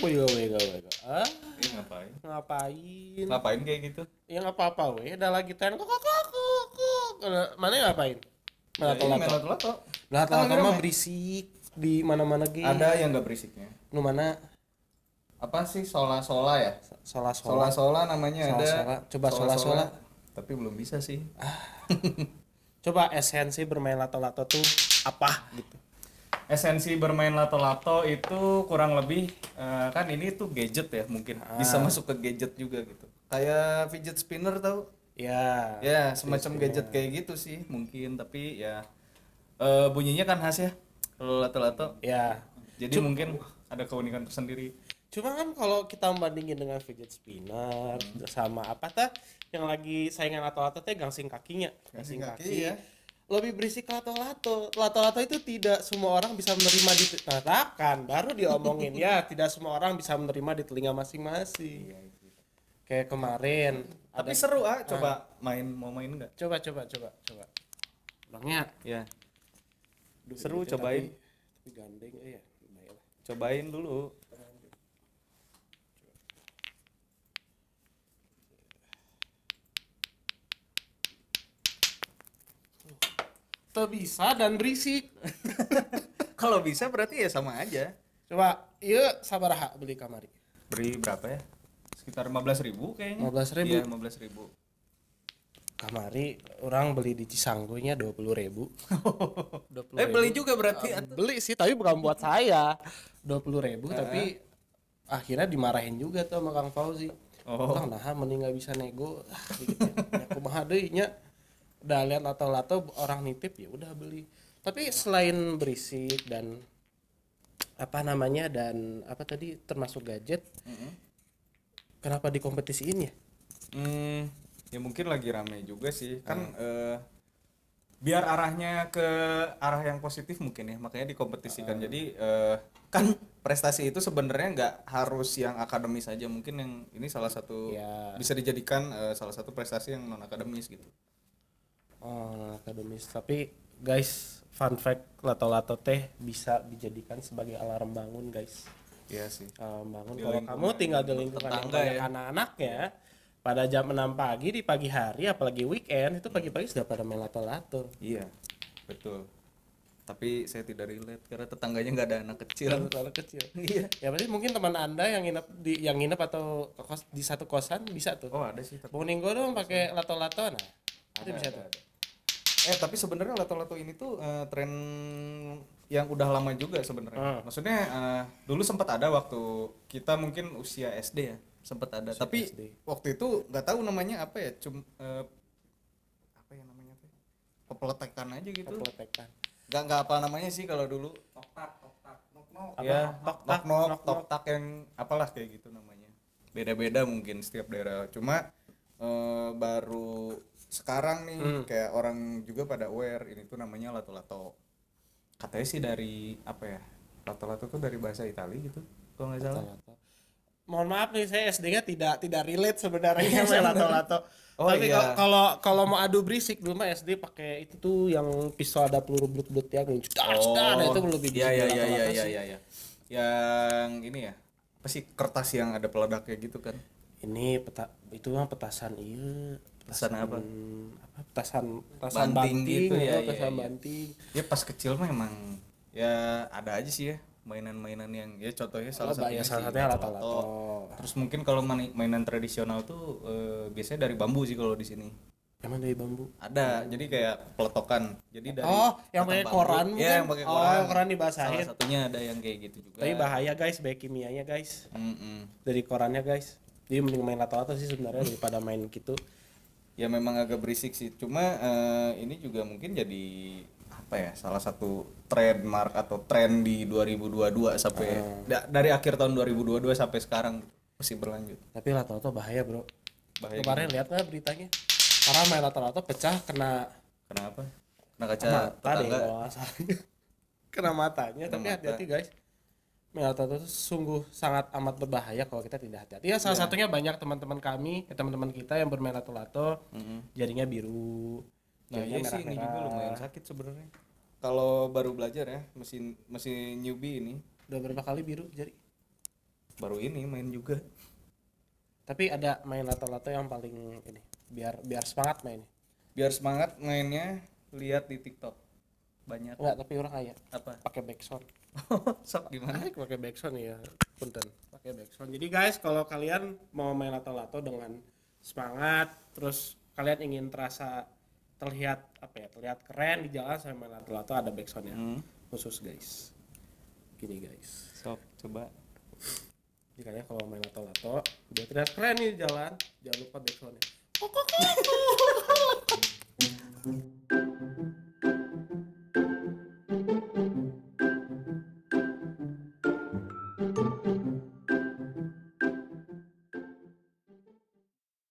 Wega. Ah, Ngapain? ngapain? Ngapain kayak gitu? Ya nggak apa-apa weh. Udah lagi tren kok. Mana ngapain? Ya, ini main Lato-lato. lato-lato. Lato-lato Kan mah rame. berisik di mana-mana ge. Ada yang nggak berisiknya. Nu mana? Apa sih sola-sola ya? Sola-sola. Sola-sola namanya ada. Sola-sola. Coba sola-sola. Tapi belum bisa sih. Coba esensi bermain lato-lato tuh apa gitu. Esensi bermain lato-lato itu kurang lebih kan ini tuh gadget ya, mungkin bisa masuk ke gadget juga gitu. Kayak fidget spinner tahu? Ya. Ya, semacam gadget kayak gitu sih mungkin, tapi ya bunyinya kan khas ya kalau lato-lato. Ya. Jadi mungkin ada keunikan tersendiri. Cuma kan kalau kita bandingin dengan fidget spinner sama apa tah yang lagi saingan lato-lato teh gangsing kakinya. Gangsing kaki, ya. Lebih berisik lato-lato. Lato-lato itu tidak semua orang bisa menerima katakan baru diomongin ya, tidak semua orang bisa menerima di telinga masing-masing. Kayak kemarin Tapi seru coba mau main enggak? coba. Bilangnya Ya. duh, Seru, itu cobain. Tapi gandeng ya. Baiklah. Cobain dulu. Tuh bisa dan berisik. Kalau bisa berarti ya sama aja. Coba, iya sabaraha beli kamari. Beri berapa ya? Sekitar 15.000 kayaknya. 15.000. Iya, 15.000. Kamari orang beli di Cisanggonya 20.000. 20.000. Beli juga berarti. Beli sih tapi bukan buat saya. 20.000 tapi akhirnya dimarahin juga tuh sama Kang Fauzi. Kang nah mending nggak bisa nego. Gitu ya. Kumaha deui nya. Udah lihat lato-lato orang nitip ya udah beli. Tapi selain berisik dan apa namanya dan apa tadi termasuk gadget, kenapa dikompetisiin ya? Ya mungkin lagi rame juga sih kan biar arahnya ke arah yang positif mungkin ya, makanya dikompetisikan. Jadi kan prestasi itu sebenarnya nggak harus yang akademis saja, mungkin yang ini salah satu bisa dijadikan salah satu prestasi yang non akademis gitu. Oh, akademis. Tapi guys, fun fact, lato-lato teh bisa dijadikan sebagai alarm bangun, guys. Iya sih. Bangun kalau kamu tinggal di lingkungan yang banyak anak-anak ya. Pada jam 6 pagi di pagi hari apalagi weekend itu pagi-pagi sudah pada main lato-lato. Iya. Betul. Tapi saya tidak relate karena tetangganya nggak ada anak kecil. Anak kecil. Iya. Ya berarti mungkin teman Anda yang nginep atau di satu kosan bisa tuh. Oh, ada sih. Bangunin gue dong pakai lato-lato nah. Itu bisa tuh. Tapi sebenarnya lato-lato ini tuh tren yang udah lama juga sebenarnya. Maksudnya dulu sempat ada waktu kita mungkin usia SD ya, sempat ada. Tapi SD. waktu itu nggak tahu namanya apa ya, apa ya namanya tuh? Pepeletekan aja gitu. Pepeletekan. Nggak apa namanya sih kalau dulu. Tok-tak, nok-nok. Ya, tok-tak yang apalah kayak gitu namanya. Beda-beda mungkin setiap daerah. Cuma baru sekarang nih kayak orang juga pada aware ini tuh namanya lato-lato. Katanya sih dari apa ya? Lato-lato tuh dari bahasa Italia gitu. Kalau nggak salah. Lato-lato. Mohon maaf nih saya SD-nya tidak relate sebenarnya sama lato-lato. Tapi kalau mau adu berisik dulu mah SD pakai itu tuh yang pistol ada peluru blut-blut ya gitu. Itu belum berisik. Iya. Yang ini ya. Apa sih kertas yang ada peledaknya gitu kan? Ini itu mah petasan Petasan apa? Petasan Banting gitu ya. Petasan banting. Ya pas kecil mah emang ya ada aja sih ya mainan-mainan yang ya contohnya salah satunya lato-lato. Terus mungkin kalau mainan tradisional tuh biasanya dari bambu sih kalau di sini. Emang dari bambu? Ada, jadi kayak peletokan. Jadi dari yang pakai koran bukan? Ya, yang pakai koran. Koran dibasahin. Salah satunya ada yang kayak gitu juga. Tapi bahaya guys, baik kimianya guys. Dari korannya guys. Jadi mending main lato-lato sih sebenarnya daripada main gitu. Ya memang agak berisik sih. Cuma ini juga mungkin jadi apa ya? Salah satu trademark atau tren di 2022 sampai dari akhir tahun 2022 sampai sekarang masih berlanjut. Tapi lato-lato bahaya, Bro. Bahaya. Kemarin lihat nggak beritanya? Orang main lato-lato pecah Kenapa? Kena kaca mata deh tetangga. kalau nggak salah. Kena matanya. Tapi hati-hati guys. Main lato-lato itu sungguh sangat amat berbahaya kalau kita tidak hati-hati. Ya salah satunya banyak teman-teman kami, teman-teman kita yang bermain lato-lato, jarinya biru. Nah, iya sih ini juga lumayan sakit sebenarnya. Kalau baru belajar ya, masih newbie ini. Udah berapa kali biru jari? baru ini main juga. Tapi ada main lato-lato yang paling ini biar semangat mainnya. Biar semangat mainnya lihat di TikTok. Banyak. Enggak, tapi orang aya. Apa? Pakai backsound. Sok gimana? Pakai backsound ya. Punten. Pakai backsound. Jadi guys, kalau kalian mau main lato-lato dengan semangat, terus kalian ingin terlihat keren di jalan sambil main lato-lato, ada backsoundnya khusus guys. Gini guys. Sok coba. Jadi kalian kalau main lato-lato biar terlihat keren nih di jalan, jangan lupa backsoundnya.